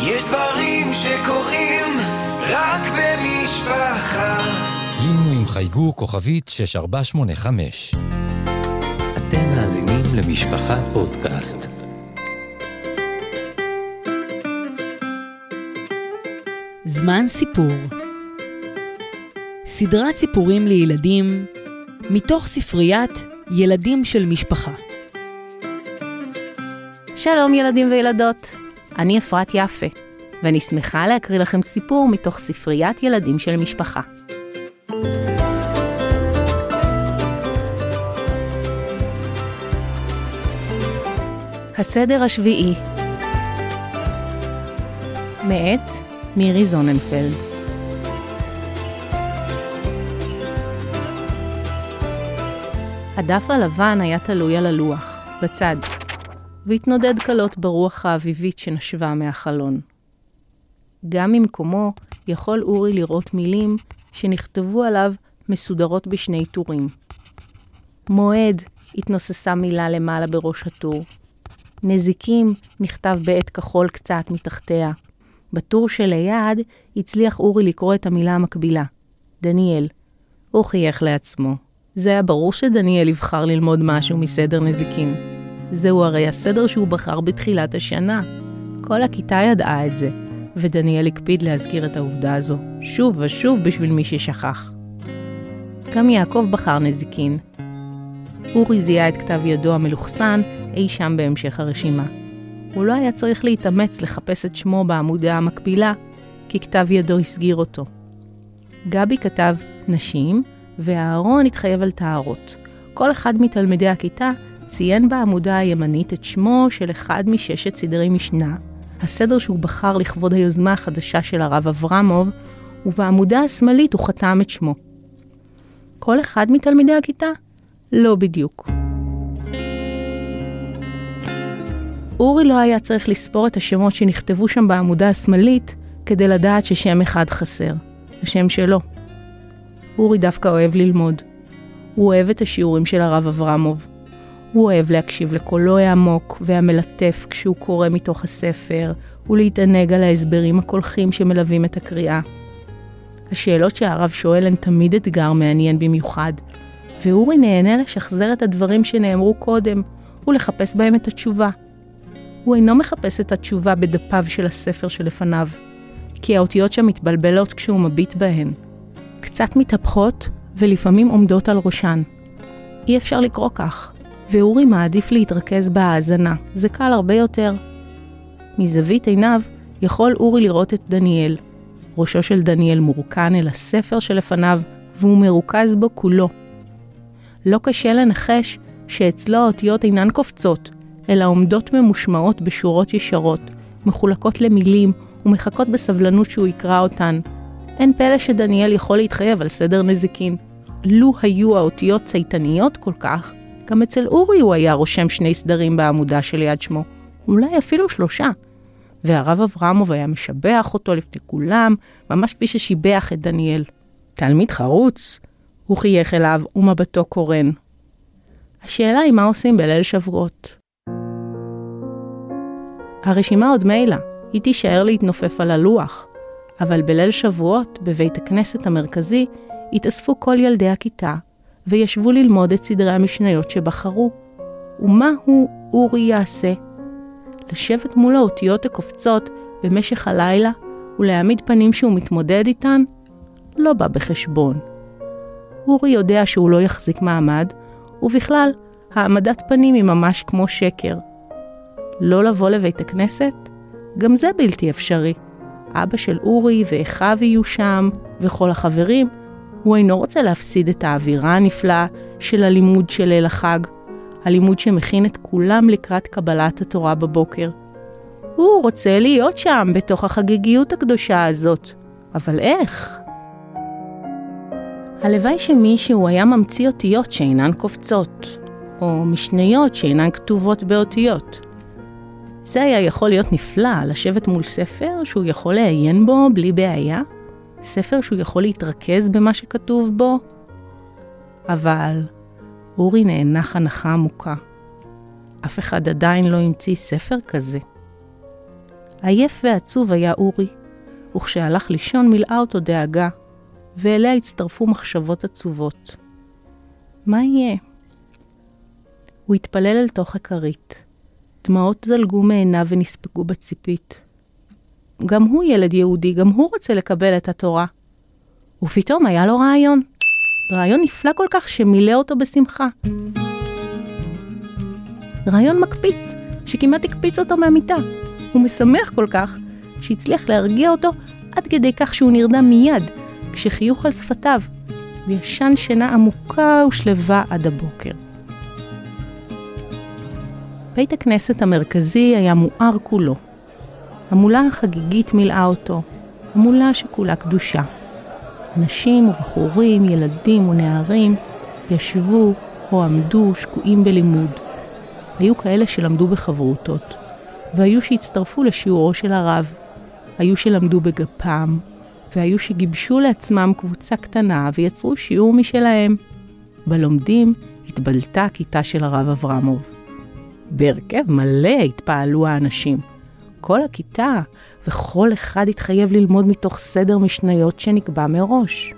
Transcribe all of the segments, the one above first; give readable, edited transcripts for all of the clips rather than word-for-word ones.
יש דברים שקורים רק במשפחה. לינו עם חייגו כוכבית 6485. אתם מאזינים למשפחה פודקאסט. זמן סיפור. סדרת סיפורים לילדים מתוך ספריית ילדים של משפחה. שלום ילדים וילדות, אני אפרת יפה, ואני שמחה להקריא לכם סיפור מתוך ספריית ילדים של משפחה. הסדר השביעי, מאת מירי זוננפלד. הדף הלבן היה תלוי על הלוח, בצד, והתנודד קלות ברוח האביבית שנשבה מהחלון. גם ממקומו יכול אורי לראות מילים שנכתבו עליו מסודרות בשני טורים. מועד התנוססה מילה למעלה בראש הטור. נזיקים נכתב בעת כחול קצת מתחתיה. בטור שליד הצליח אורי לקרוא את המילה המקבילה, דניאל. הוא חייך לעצמו. זה היה ברור שדניאל יבחר ללמוד משהו מסדר נזיקים. זהו הרי הסדר שהוא בחר בתחילת השנה. כל הכיתה ידעה את זה, ודניאל הקפיד להזכיר את העובדה הזו, שוב ושוב בשביל מי ששכח. גם יעקב בחר נזיקין. אורי זיהה את כתב ידו המלוכסן אי שם בהמשך הרשימה. הוא לא היה צריך להתאמץ לחפש את שמו בעמודה המקבילה, כי כתב ידו הסגיר אותו. גבי כתב נשים, והארון התחייב על טהרות. כל אחד מתלמידי הכיתה ציין בעמודה הימנית את שמו של אחד מששת סדרי משנה, הסדר שהוא בחר לכבוד היוזמה החדשה של הרב אברמוב, ובעמודה השמאלית הוא חתם את שמו. כל אחד מתלמידי הכיתה? לא בדיוק. אורי לא היה צריך לספור את השמות שנכתבו שם בעמודה השמאלית כדי לדעת ששם אחד חסר, השם שלו. אורי דווקא אוהב ללמוד. הוא אוהב את השיעורים של הרב אברמוב. הוא אוהב להקשיב לקולו העמוק והמלטף כשהוא קורא מתוך הספר, ולהתענג על ההסברים הקולחים שמלווים את הקריאה. השאלות שהרב שואל הן תמיד אתגר מעניין במיוחד, ואורי נהנה לשחזר את הדברים שנאמרו קודם, ולחפש בהם את התשובה. הוא אינו מחפש את התשובה בדפיו של הספר שלפניו, כי האותיות שם מתבלבלות כשהוא מביט בהן. קצת מתהפכות ולפעמים עומדות על ראשן. אי אפשר לקרוא כך, ואורי מעדיף להתרכז בהאזנה, זה קל הרבה יותר. מזווית עיניו יכול אורי לראות את דניאל. ראשו של דניאל מורכן אל הספר שלפניו, והוא מרוכז בו כולו. לא קשה לנחש שאצלו האותיות אינן קופצות, אלא עומדות ממושמעות בשורות ישרות, מחולקות למילים ומחכות בסבלנות שהוא יקרא אותן. אין פלא שדניאל יכול להתחייב על סדר נזיקין. לו היו האותיות צייתניות כל כך, גם אצל אורי הוא היה רושם שני סדרים בעמודה שליד שמו, אולי אפילו 3. והרב אברמוב היה משבח אותו לפני כולם, ממש כפי ששיבח את דניאל. תלמיד חרוץ, הוא חייך אליו ומבטו קורן. השאלה היא מה עושים בליל שבועות. הרשימה עוד מילא, היא תישאר להתנופף על הלוח, אבל בליל שבועות, בבית הכנסת המרכזי, התאספו כל ילדי הכיתה, וישבו ללמוד את סדרי המשניות שבחרו. ומה הוא אורי יעשה? לשבת מול האותיות הקופצות במשך הלילה, ולהעמיד פנים שהוא מתמודד איתן? לא בא בחשבון. אורי יודע שהוא לא יחזיק מעמד, ובכלל, העמדת פנים היא ממש כמו שקר. לא לבוא לבית הכנסת? גם זה בלתי אפשרי. אבא של אורי ואחיו יהיו שם, וכל החברים. הוא אינו רוצה להפסיד את האווירה הנפלאה של הלימוד של ליל החג, הלימוד שמכין את כולם לקראת קבלת התורה בבוקר. הוא רוצה להיות שם בתוך החגיגיות הקדושה הזאת, אבל איך? הלוואי שמישהו היה ממציא אותיות שאינן קופצות, או משניות שאינן כתובות באותיות. זה היה יכול להיות נפלא, לשבת מול ספר שהוא יכול לעיין בו בלי בעיה, ספר שהוא יכול להתרכז במה שכתוב בו. אבל אורי נאנח הנחה עמוקה. אף אחד עדיין לא המציא ספר כזה. עייף ועצוב היה אורי, וכשהלך לישון מילאה אותו דאגה, ואליה הצטרפו מחשבות עצובות. מה יהיה? הוא התפלל אל תוך הכרית. דמעות זלגו מעיניו ונספגו בציפית. גם הוא ילד יהודי, גם הוא רוצה לקבל את התורה. ופתאום היה לו רעיון. רעיון נפלא כל כך שמילא אותו בשמחה. רעיון מקפיץ, שכמעט הקפיץ אותו מהמיטה. הוא משמח כל כך שהצליח להרגיע אותו עד כדי כך שהוא נרדם מיד, כשחיוך על שפתיו, וישן שינה עמוקה ושלווה עד הבוקר. בית הכנסת המרכזי היה מואר כולו. המולה החגיגית מילאה אותו, המולה שכולה קדושה. אנשים ובחורים, ילדים ונערים ישבו או עמדו שקועים בלימוד. היו כאלה שלמדו בחברותות, והיו שהצטרפו לשיעורו של הרב. היו שלמדו בגפם, והיו שגיבשו לעצמם קבוצה קטנה ויצרו שיעור משלהם. בלומדים התבלטה הכיתה של הרב אברמוב. בהרכב מלא התפעלו האנשים. כל הכיתה וכל אחד התחייב ללמוד מתוך סדר משניות שנקבע מראש.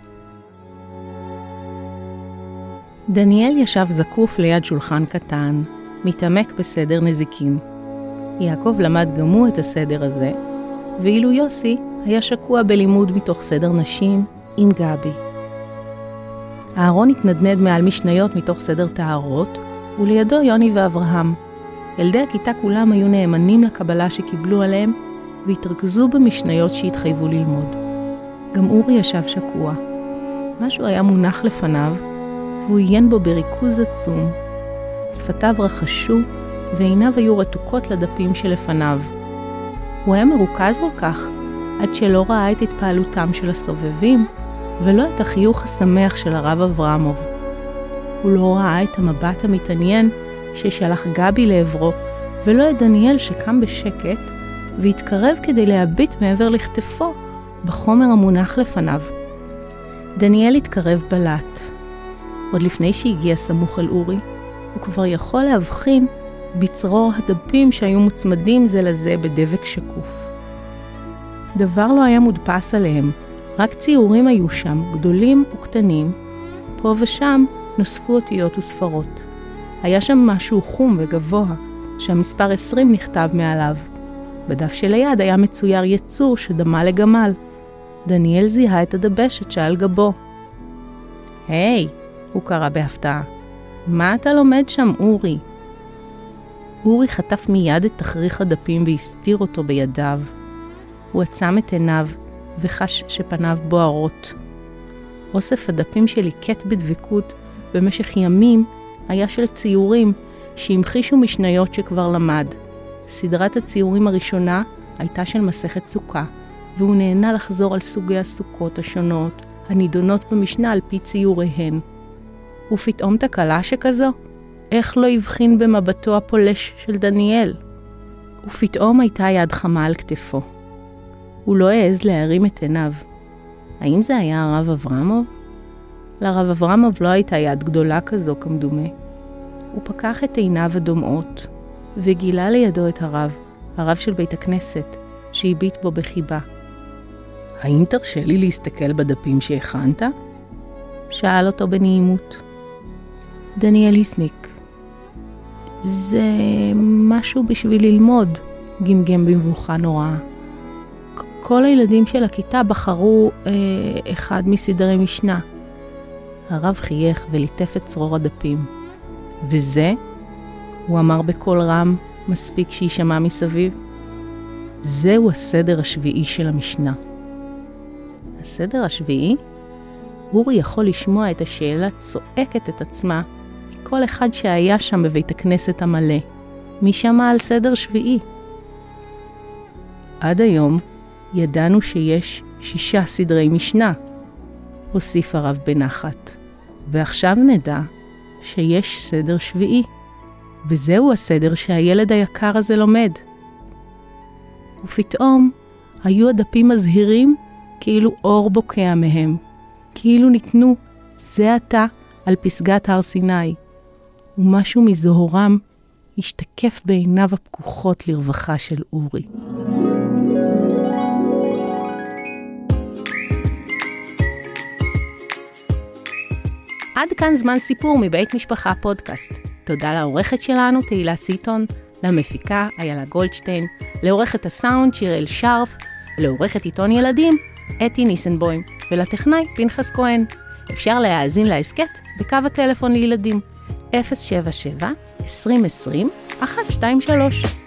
דניאל ישב זקוף ליד שולחן קטן, מתעמק בסדר נזיקים. יעקב למד גם הוא את הסדר הזה, ואילו יוסי היה שקוע בלימוד מתוך סדר נשים עם גבי. אהרון התנדנד מעל משניות מתוך סדר טהרות, ולידו יוני ואברהם. ילדי הכיתה כולם היו נאמנים לקבלה שקיבלו עליהם, והתרכזו במשניות שהתחייבו ללמוד. גם אורי ישב שקוע. משהו היה מונח לפניו, והוא עיין בו בריכוז עצום. שפתיו רחשו, ועיניו היו רתוקות לדפים שלפניו. הוא היה מרוכז כל כך, עד שלא ראה את התפעלותם של הסובבים, ולא את החיוך השמח של הרב אברמוב. הוא לא ראה את המבט המתעניין ששלח גבי לעברו, ולא את דניאל שקם בשקט, והתקרב כדי להביט מעבר לכתפו בחומר המונח לפניו. דניאל התקרב בלט. עוד לפני שהגיע סמוך אל אורי, הוא כבר יכול להבחין בצרור הדפים שהיו מוצמדים זה לזה בדבק שקוף. דבר לא היה מודפס עליהם, רק ציורים היו שם, גדולים וקטנים. פה ושם נוספו אותיות וספרות. היה שם משהו חום וגבוה, שהמספר 20 נכתב מעליו. בדף שליד היה מצויר יצור שדמה לגמל. דניאל זיהה את הדבשת שעל גבו. היי, הוא קרא בהפתעה. מה אתה לומד שם, אורי? אורי חטף מיד את תכריך הדפים והסתיר אותו בידיו. הוא עצם את עיניו וחש שפניו בוערות. אוסף הדפים שליקט בדבקות במשך ימים היה של ציורים שהמחישו משניות שכבר למד. סדרת הציורים הראשונה הייתה של מסכת סוכה, והוא נהנה לחזור על סוגי הסוכות השונות, הנידונות במשנה על פי ציוריהן. ופתאום תקלה שכזו, איך לא הבחין במבטו הפולש של דניאל? ופתאום הייתה יד חמה על כתפו. הוא לא העז להרים את עיניו. האם זה היה הרב אברמוב? לרב אברמוב לא הייתה יד גדולה כזו כמדומה. הוא פקח את עיניו הדומעות, וגילה לידו את הרב של בית הכנסת, שהביט בו בחיבה. האם תרשה לי להסתכל בדפים שהכנת? שאל אותו בנעימות. דניאל הסמיק. זה משהו בשביל ללמוד, גמגם במבוכה נוראה. כל הילדים של הכיתה בחרו אחד מסדרי משנה. הרב חייך וליטף את צרור הדפים. וזה, הוא אמר בקול רם, מספיק שישמע מסביב, זהו הסדר השביעי של המשנה. הסדר השביעי? אורי יכול לשמוע את השאלה צועקת את עצמה, כל אחד שהיה שם בבית הכנסת המלא. מי שמע על סדר שביעי? עד היום ידענו שיש 6 סדרי משנה, הוסיף הרב בנחת. ועכשיו נדע שיש סדר שביעי, וזהו הסדר שהילד היקר הזה לומד. ופתאום היו הדפים מזהירים כאילו אור בוקע מהם, כאילו ניתנו זה עתה על פסגת הר סיני, ומשהו מזוהרם משתקף בעיניו הפקוחות לרווחה של אורי. עד כאן זמן סיפור מבית משפחה פודקאסט. תודה לעורכת שלנו, תהילה סיטון, למפיקה, איילה גולדשטיין, לעורכת הסאונד, שיראל שרף, לעורכת עיתון ילדים, אתי ניסנבוים, ולטכנאי, פנחס כהן. אפשר להאזין להסקט בקו הטלפון לילדים, 077-2020-123.